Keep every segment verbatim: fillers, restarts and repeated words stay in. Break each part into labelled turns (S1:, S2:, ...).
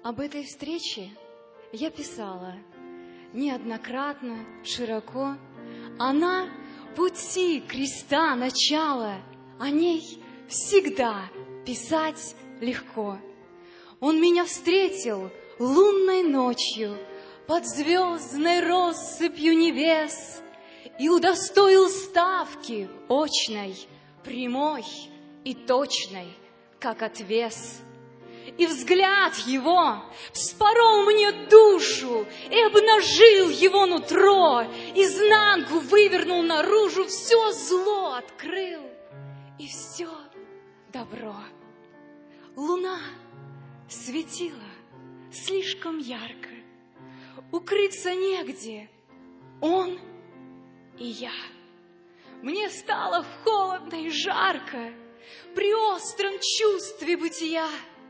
S1: Об этой встрече я писала неоднократно, широко. Она пути креста начала, о ней всегда писать легко. Он меня встретил лунной ночью под звездной россыпью небес и удостоил ставки очной, прямой и точной, как отвес. И взгляд его вспорол мне душу и обнажил его нутро, изнанку вывернул наружу, все зло открыл и все добро. Луна светила слишком ярко, укрыться негде, он и я. Мне стало холодно и жарко при остром чувстве бытия.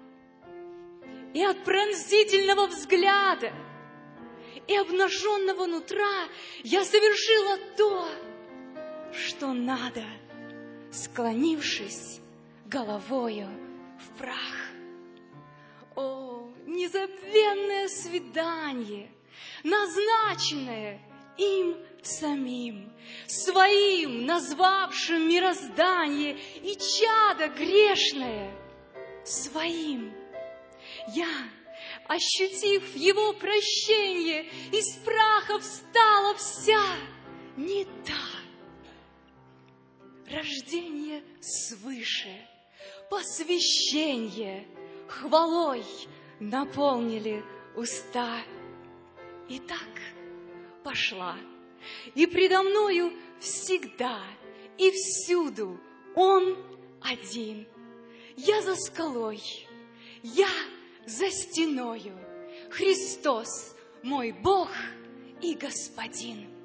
S1: И от пронзительного взгляда и обнаженного нутра я совершила то, что надо, склонившись головою в прах. О, незабвенное свидание, назначенное им самим, своим назвавшим мироздание, и чадо грешное своим. Я, ощутив его прощение, из праха встала вся не та. Рождение свыше, посвящение хвалой наполнили уста. И так пошла, и предо мною всегда и всюду он один. Я за скалой, я за стеною, Христос мой Бог и Господин.